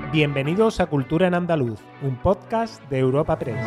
Bienvenidos a Cultura en Andaluz, un podcast de Europa Press.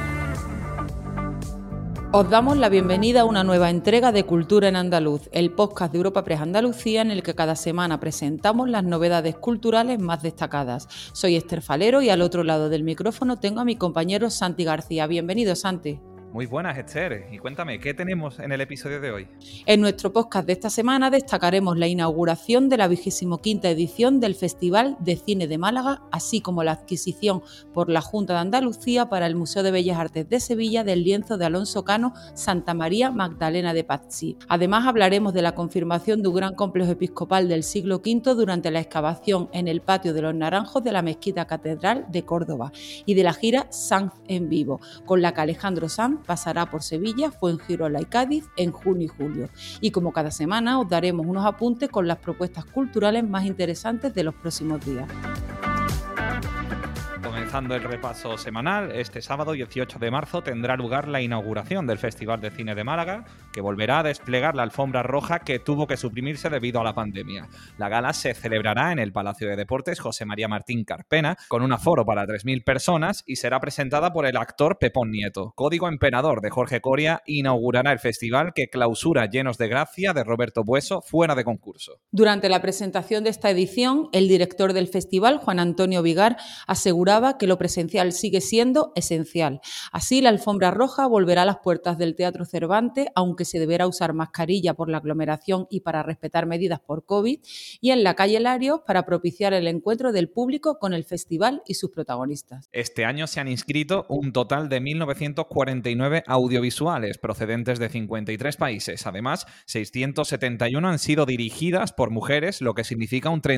Os damos la bienvenida a una nueva entrega de Cultura en Andaluz, el podcast de Europa Press Andalucía en el que cada semana presentamos las novedades culturales más destacadas. Soy Esther Falero y al otro lado del micrófono tengo a mi compañero Santi García. Bienvenido, Santi. Muy buenas, Esther. Y cuéntame, ¿qué tenemos en el episodio de hoy? En nuestro podcast de esta semana destacaremos la inauguración de la 25ª edición del Festival de Cine de Málaga, así como la adquisición por la Junta de Andalucía para el Museo de Bellas Artes de Sevilla del lienzo de Alonso Cano Santa María Magdalena de Pazzi. Además hablaremos de la confirmación de un gran complejo episcopal del siglo V durante la excavación en el patio de los Naranjos de la Mezquita Catedral de Córdoba y de la gira Sanz en Vivo, con la que Alejandro Sanz pasará por Sevilla, Fuengirola y Cádiz en junio y julio. Y como cada semana os daremos unos apuntes con las propuestas culturales más interesantes de los próximos días. Comenzando el repaso semanal, este sábado 18 de marzo tendrá lugar la inauguración del Festival de Cine de Málaga, que volverá a desplegar la alfombra roja que tuvo que suprimirse debido a la pandemia. La gala se celebrará en el Palacio de Deportes José María Martín Carpena, con un aforo para 3.000 personas y será presentada por el actor Pepón Nieto. Código Emperador de Jorge Coria inaugurará el festival que clausura Llenos de Gracia de Roberto Bueso fuera de concurso. Durante la presentación de esta edición, el director del festival, Juan Antonio Vigar, aseguraba que lo presencial sigue siendo esencial. Así, la alfombra roja volverá a las puertas del Teatro Cervantes, aunque se deberá usar mascarilla por la aglomeración y para respetar medidas por COVID, y en la calle Larios para propiciar el encuentro del público con el festival y sus protagonistas. Este año se han inscrito un total de 1.949 audiovisuales procedentes de 53 países. Además, 671 han sido dirigidas por mujeres, lo que significa un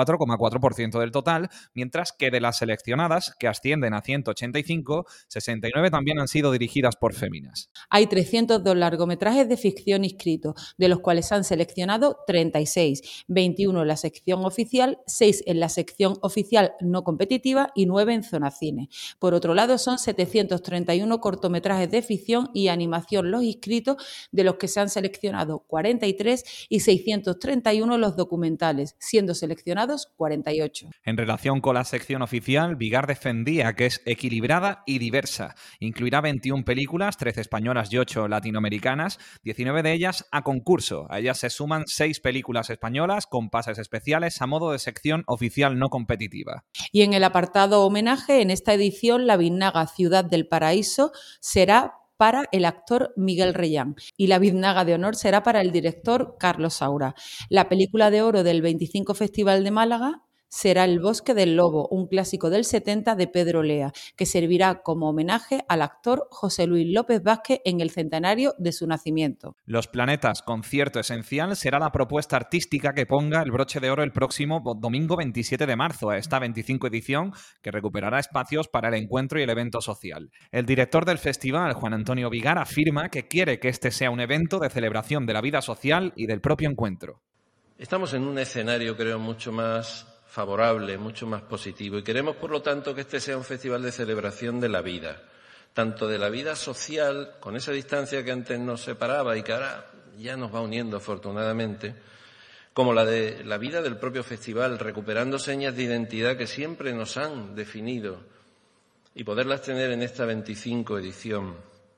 34,4% del total, mientras que de las seleccionadas, que ascienden a 185, 69 también han sido dirigidas por féminas. Hay 302 largometrajes de ficción inscritos, de los cuales se han seleccionado 36, 21 en la sección oficial, 6 en la sección oficial no competitiva y 9 en zona cine. Por otro lado, son 731 cortometrajes de ficción y animación los inscritos, de los que se han seleccionado 43 y 631 los documentales, siendo seleccionados 48. En relación con la sección oficial, Vigar defendía que es equilibrada y diversa. Incluirá 21 películas, 13 españolas y 8 latinoamericanas, 19 de ellas a concurso. A ellas se suman 6 películas españolas con pases especiales a modo de sección oficial no competitiva. Y en el apartado homenaje, en esta edición, la biznaga Ciudad del Paraíso será para el actor Miguel Reyán y la biznaga de honor será para el director Carlos Saura. La película de oro del 25 Festival de Málaga será El Bosque del Lobo, un clásico del 70 de Pedro Lea, que servirá como homenaje al actor José Luis López Vázquez en el centenario de su nacimiento. Los Planetas, concierto esencial, será la propuesta artística que ponga el broche de oro el próximo domingo 27 de marzo a esta 25 edición, que recuperará espacios para el encuentro y el evento social. El director del festival, Juan Antonio Vigar, afirma que quiere que este sea un evento de celebración de la vida social y del propio encuentro. Estamos en un escenario, creo, mucho más favorable, mucho más positivo, y queremos, por lo tanto, que este sea un festival de celebración de la vida, tanto de la vida social, con esa distancia que antes nos separaba y que ahora ya nos va uniendo afortunadamente, como la de la vida del propio festival, recuperando señas de identidad que siempre nos han definido y poderlas tener en esta 25 edición.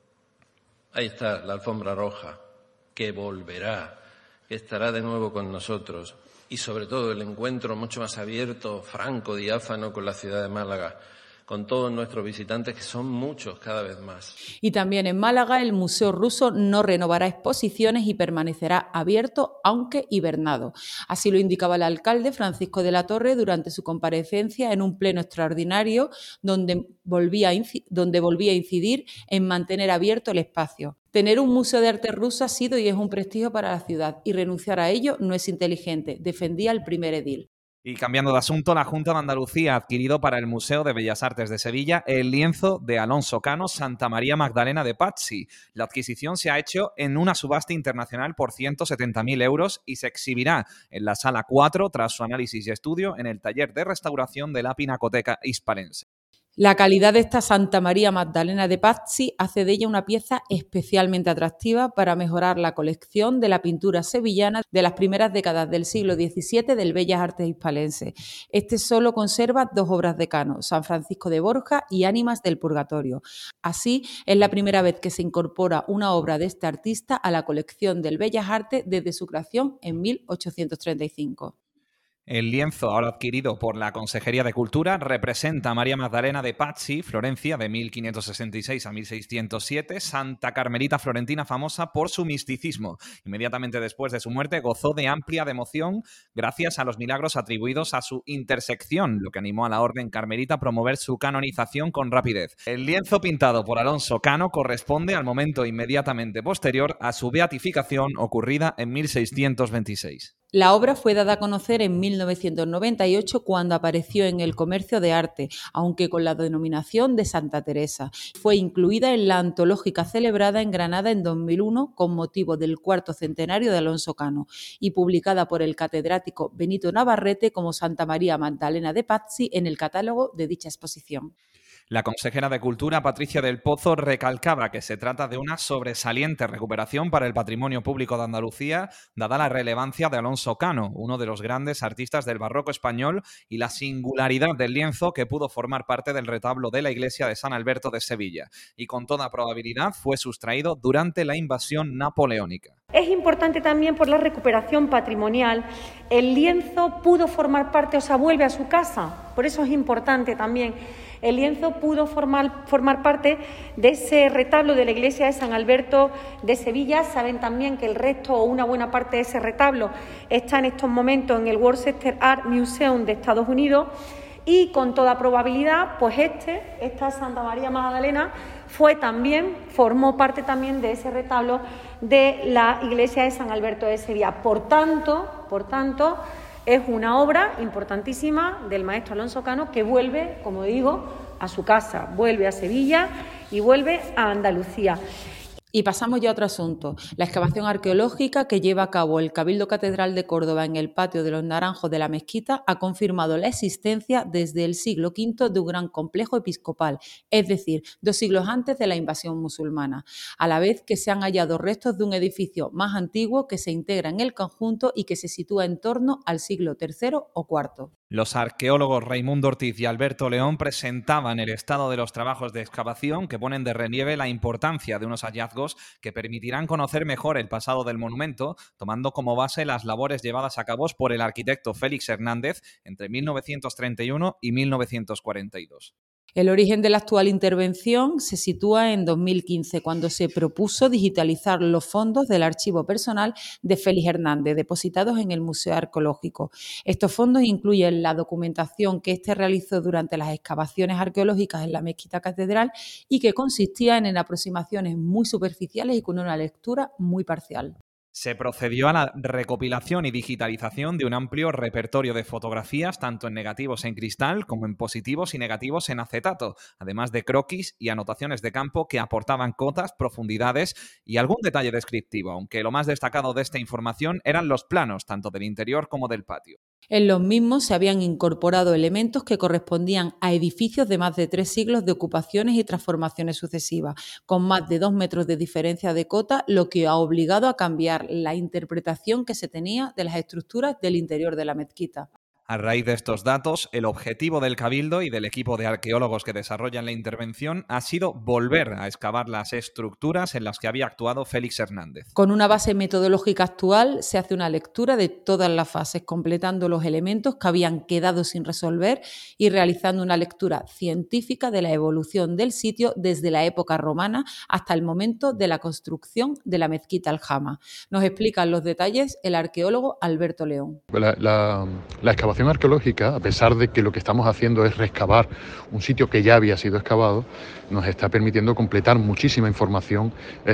Ahí está la alfombra roja, que volverá, que estará de nuevo con nosotros. Y sobre todo el encuentro mucho más abierto, franco, diáfano con la ciudad de Málaga, con todos nuestros visitantes, que son muchos cada vez más. Y también en Málaga el Museo Ruso no renovará exposiciones y permanecerá abierto, aunque hibernado. Así lo indicaba el alcalde Francisco de la Torre durante su comparecencia en un pleno extraordinario donde volvía a incidir en mantener abierto el espacio. Tener un museo de arte ruso ha sido y es un prestigio para la ciudad y renunciar a ello no es inteligente, defendía el primer edil. Y cambiando de asunto, la Junta de Andalucía ha adquirido para el Museo de Bellas Artes de Sevilla el lienzo de Alonso Cano Santa María Magdalena de Pazzi. La adquisición se ha hecho en una subasta internacional por 170.000 euros y se exhibirá en la Sala 4 tras su análisis y estudio en el taller de restauración de la Pinacoteca Hispalense. La calidad de esta Santa María Magdalena de Pazzi hace de ella una pieza especialmente atractiva para mejorar la colección de la pintura sevillana de las primeras décadas del siglo XVII del Bellas Artes hispalense. Este solo conserva 2 obras de Cano, San Francisco de Borja y Ánimas del Purgatorio. Así, es la primera vez que se incorpora una obra de este artista a la colección del Bellas Artes desde su creación en 1835. El lienzo, ahora adquirido por la Consejería de Cultura, representa a María Magdalena de Pazzi, Florencia, de 1566 a 1607, Santa Carmelita florentina famosa por su misticismo. Inmediatamente después de su muerte gozó de amplia devoción gracias a los milagros atribuidos a su intersección, lo que animó a la Orden Carmelita a promover su canonización con rapidez. El lienzo pintado por Alonso Cano corresponde al momento inmediatamente posterior a su beatificación ocurrida en 1626. La obra fue dada a conocer en 1998 cuando apareció en el Comercio de Arte, aunque con la denominación de Santa Teresa. Fue incluida en la antológica celebrada en Granada en 2001 con motivo del 4º centenario de Alonso Cano y publicada por el catedrático Benito Navarrete como Santa María Magdalena de Pazzi en el catálogo de dicha exposición. La consejera de Cultura, Patricia del Pozo, recalcaba que se trata de una sobresaliente recuperación para el patrimonio público de Andalucía, dada la relevancia de Alonso Cano, uno de los grandes artistas del barroco español, y la singularidad del lienzo que pudo formar parte del retablo de la iglesia de San Alberto de Sevilla, y con toda probabilidad fue sustraído durante la invasión napoleónica. Es importante también por la recuperación patrimonial. El lienzo pudo formar parte, o sea, vuelve a su casa, por eso es importante también. El lienzo pudo formar parte de ese retablo de la iglesia de San Alberto de Sevilla. Saben también que el resto o una buena parte de ese retablo está en estos momentos en el Worcester Art Museum de Estados Unidos y con toda probabilidad, pues esta Santa María Magdalena formó parte también de ese retablo de la iglesia de San Alberto de Sevilla. Por tanto, es una obra importantísima del maestro Alonso Cano que vuelve, como digo, a su casa, vuelve a Sevilla y vuelve a Andalucía. Y pasamos ya a otro asunto, la excavación arqueológica que lleva a cabo el Cabildo Catedral de Córdoba en el patio de los Naranjos de la mezquita ha confirmado la existencia desde el siglo V de un gran complejo episcopal, es decir, 2 siglos antes de la invasión musulmana, a la vez que se han hallado restos de un edificio más antiguo que se integra en el conjunto y que se sitúa en torno al siglo III o IV. Los arqueólogos Raimundo Ortiz y Alberto León presentaban el estado de los trabajos de excavación que ponen de relieve la importancia de unos hallazgos que permitirán conocer mejor el pasado del monumento, tomando como base las labores llevadas a cabo por el arquitecto Félix Hernández entre 1931 y 1942. El origen de la actual intervención se sitúa en 2015, cuando se propuso digitalizar los fondos del archivo personal de Félix Hernández, depositados en el Museo Arqueológico. Estos fondos incluyen la documentación que éste realizó durante las excavaciones arqueológicas en la Mezquita Catedral y que consistían en aproximaciones muy superficiales y con una lectura muy parcial. Se procedió a la recopilación y digitalización de un amplio repertorio de fotografías, tanto en negativos en cristal como en positivos y negativos en acetato, además de croquis y anotaciones de campo que aportaban cotas, profundidades y algún detalle descriptivo, aunque lo más destacado de esta información eran los planos, tanto del interior como del patio. En los mismos se habían incorporado elementos que correspondían a edificios de más de 3 siglos de ocupaciones y transformaciones sucesivas, con más de 2 metros de diferencia de cota, lo que ha obligado a cambiar la interpretación que se tenía de las estructuras del interior de la mezquita. A raíz de estos datos, el objetivo del Cabildo y del equipo de arqueólogos que desarrollan la intervención ha sido volver a excavar las estructuras en las que había actuado Félix Hernández. Con una base metodológica actual se hace una lectura de todas las fases, completando los elementos que habían quedado sin resolver y realizando una lectura científica de la evolución del sitio desde la época romana hasta el momento de la construcción de la mezquita Aljama. Nos explican los detalles el arqueólogo Alberto León. La excavación arqueológica, a pesar de que lo que estamos haciendo es reexcavar un sitio que ya había sido excavado, nos está permitiendo completar muchísima información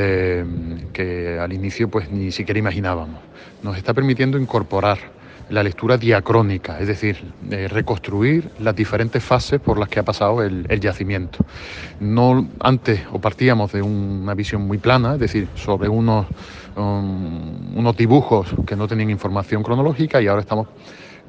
que al inicio pues ni siquiera imaginábamos. Nos está permitiendo incorporar la lectura diacrónica, es decir, reconstruir las diferentes fases por las que ha pasado el yacimiento. No antes o partíamos de una visión muy plana, es decir, sobre unos dibujos que no tenían información cronológica, y ahora estamos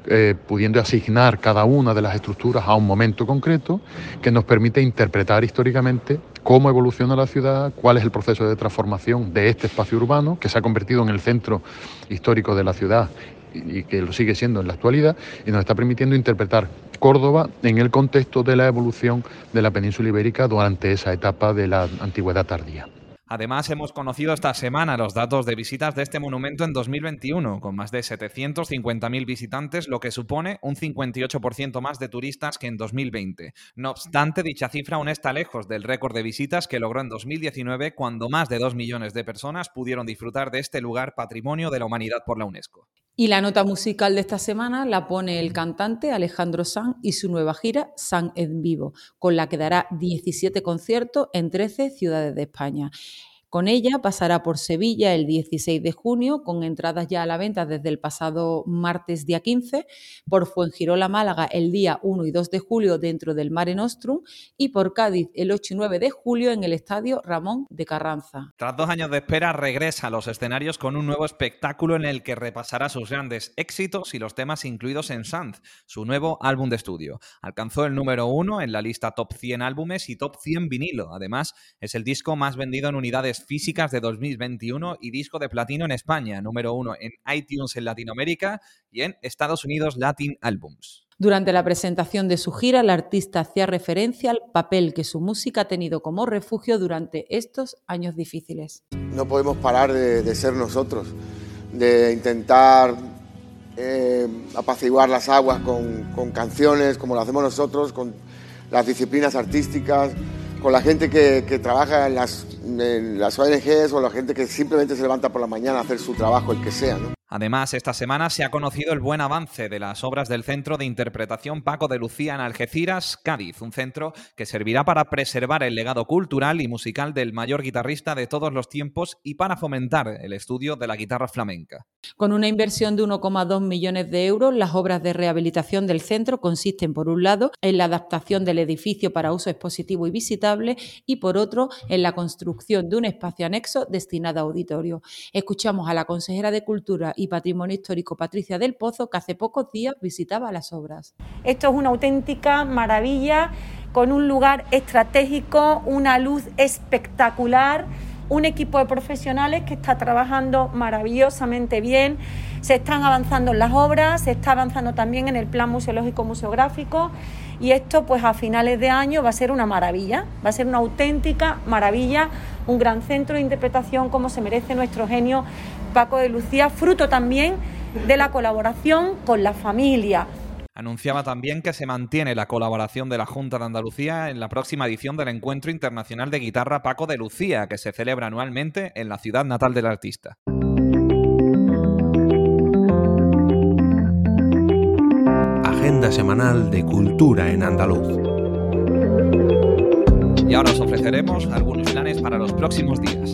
pudiendo asignar cada una de las estructuras a un momento concreto que nos permite interpretar históricamente cómo evoluciona la ciudad, cuál es el proceso de transformación de este espacio urbano que se ha convertido en el centro histórico de la ciudad y que lo sigue siendo en la actualidad, y nos está permitiendo interpretar Córdoba en el contexto de la evolución de la península ibérica durante esa etapa de la antigüedad tardía. Además, hemos conocido esta semana los datos de visitas de este monumento en 2021, con más de 750.000 visitantes, lo que supone un 58% más de turistas que en 2020. No obstante, dicha cifra aún está lejos del récord de visitas que logró en 2019, cuando más de 2 millones de personas pudieron disfrutar de este lugar Patrimonio de la Humanidad por la UNESCO. Y la nota musical de esta semana la pone el cantante Alejandro Sanz y su nueva gira Sanz en Vivo, con la que dará 17 conciertos en 13 ciudades de España. Con ella pasará por Sevilla el 16 de junio, con entradas ya a la venta desde el pasado martes día 15, por Fuengirola, Málaga el día 1 y 2 de julio dentro del Mare Nostrum y por Cádiz el 8 y 9 de julio en el Estadio Ramón de Carranza. Tras 2 años de espera, regresa a los escenarios con un nuevo espectáculo en el que repasará sus grandes éxitos y los temas incluidos en Sanz, su nuevo álbum de estudio. Alcanzó el número 1 en la lista Top 100 álbumes y Top 100 vinilo. Además, es el disco más vendido en unidades físicas de 2021 y disco de platino en España, número 1 en iTunes en Latinoamérica y en Estados Unidos Latin Albums. Durante la presentación de su gira, el artista hacía referencia al papel que su música ha tenido como refugio durante estos años difíciles. No podemos parar de ser nosotros, de intentar apaciguar las aguas con canciones como lo hacemos nosotros, con las disciplinas artísticas, con la gente que trabaja en las ONGs o la gente que simplemente se levanta por la mañana a hacer su trabajo, el que sea, ¿no? Además, esta semana se ha conocido el buen avance de las obras del Centro de Interpretación Paco de Lucía en Algeciras, Cádiz, un centro que servirá para preservar el legado cultural y musical del mayor guitarrista de todos los tiempos y para fomentar el estudio de la guitarra flamenca. Con una inversión de 1,2 millones de euros, las obras de rehabilitación del centro consisten, por un lado, en la adaptación del edificio para uso expositivo y visitable y, por otro, en la construcción de un espacio anexo destinado a auditorio. Escuchamos a la consejera de Cultura y Patrimonio Histórico, Patricia del Pozo, que hace pocos días visitaba las obras. Esto es una auténtica maravilla, con un lugar estratégico, una luz espectacular, un equipo de profesionales que está trabajando maravillosamente bien, se están avanzando en las obras, se está avanzando también en el plan museológico museográfico y esto pues a finales de año va a ser una maravilla, va a ser una auténtica maravilla, un gran centro de interpretación como se merece nuestro genio Paco de Lucía, fruto también de la colaboración con la familia. Anunciaba también que se mantiene la colaboración de la Junta de Andalucía en la próxima edición del Encuentro Internacional de Guitarra Paco de Lucía, que se celebra anualmente en la ciudad natal del artista. Agenda semanal de Cultura en Andaluz. Y ahora os ofreceremos algunos planes para los próximos días.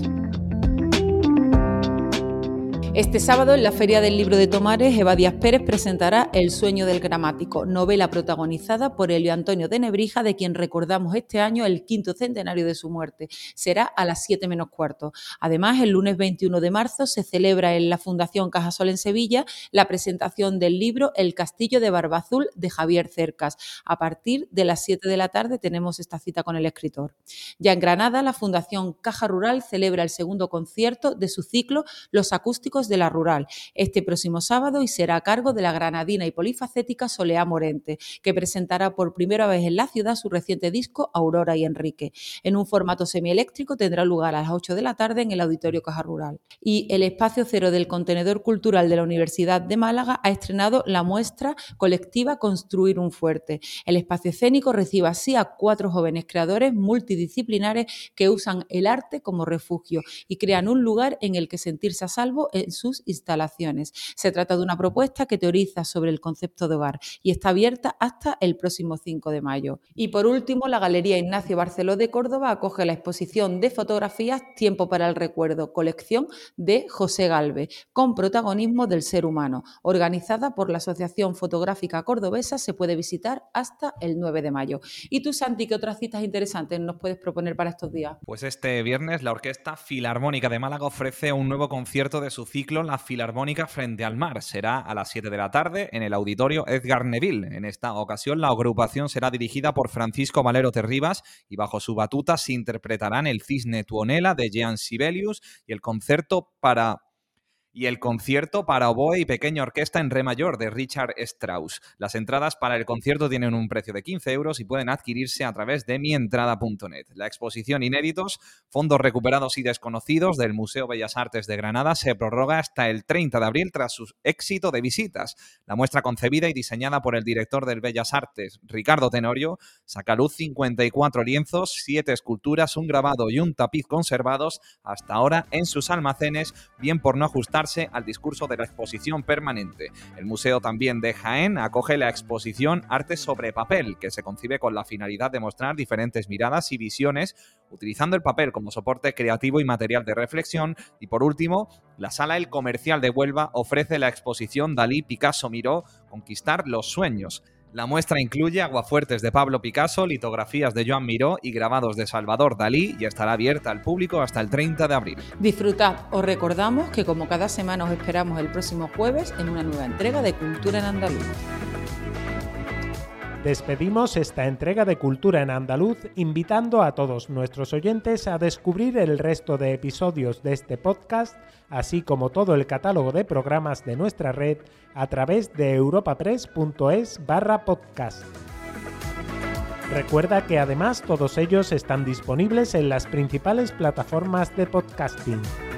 Este sábado, en la Feria del Libro de Tomares, Eva Díaz Pérez presentará El sueño del gramático, novela protagonizada por Elio Antonio de Nebrija, de quien recordamos este año el 5º centenario de su muerte. Será a las 7 menos cuarto. Además, el lunes 21 de marzo se celebra en la Fundación Cajasol en Sevilla la presentación del libro El castillo de Barbazul de Javier Cercas. A partir de las 7 de la tarde tenemos esta cita con el escritor. Ya en Granada, la Fundación Caja Rural celebra el segundo concierto de su ciclo Los acústicos de la Rural, este próximo sábado, y será a cargo de la granadina y polifacética Soleá Morente, que presentará por primera vez en la ciudad su reciente disco Aurora y Enrique. En un formato semieléctrico tendrá lugar a las 8 de la tarde en el Auditorio Caja Rural. Y el Espacio Cero del Contenedor Cultural de la Universidad de Málaga ha estrenado la muestra colectiva Construir un Fuerte. El espacio escénico recibe así a 4 jóvenes creadores multidisciplinares que usan el arte como refugio y crean un lugar en el que sentirse a salvo en sus instalaciones. Se trata de una propuesta que teoriza sobre el concepto de hogar y está abierta hasta el próximo 5 de mayo. Y por último, la Galería Ignacio Barceló de Córdoba acoge la exposición de fotografías Tiempo para el Recuerdo, colección de José Galve, con protagonismo del ser humano, organizada por la Asociación Fotográfica Cordobesa. Se puede visitar hasta el 9 de mayo. ¿Y tú, Santi, qué otras citas interesantes nos puedes proponer para estos días? Pues este viernes la Orquesta Filarmónica de Málaga ofrece un nuevo concierto de su ciclo ciclo La Filarmónica frente al mar. Será a las 7 de la tarde en el auditorio Edgar Neville. En esta ocasión la agrupación será dirigida por Francisco Valero Terribas y bajo su batuta se interpretarán El Cisne Tuonela de Jean Sibelius y el concierto para oboe y pequeña orquesta en re mayor de Richard Strauss. Las entradas para el concierto tienen un precio de 15 euros y pueden adquirirse a través de mientrada.net. La exposición Inéditos, fondos recuperados y desconocidos del Museo Bellas Artes de Granada se prorroga hasta el 30 de abril tras su éxito de visitas. La muestra, concebida y diseñada por el director del Bellas Artes, Ricardo Tenorio, saca a luz 54 lienzos, 7 esculturas, un grabado y un tapiz conservados hasta ahora en sus almacenes, bien por no ajustar al discurso de la exposición permanente. El Museo también de Jaén acoge la exposición Arte sobre Papel, que se concibe con la finalidad de mostrar diferentes miradas y visiones, utilizando el papel como soporte creativo y material de reflexión. Y por último, la Sala El Comercial de Huelva ofrece la exposición Dalí, Picasso, Miró, Conquistar los Sueños. La muestra incluye aguafuertes de Pablo Picasso, litografías de Joan Miró y grabados de Salvador Dalí y estará abierta al público hasta el 30 de abril. Disfrutad. Os recordamos que como cada semana os esperamos el próximo jueves en una nueva entrega de Cultura en Andaluz. Despedimos esta entrega de Cultura en Andaluz invitando a todos nuestros oyentes a descubrir el resto de episodios de este podcast, así como todo el catálogo de programas de nuestra red a través de europapress.es/podcast. Recuerda que además todos ellos están disponibles en las principales plataformas de podcasting.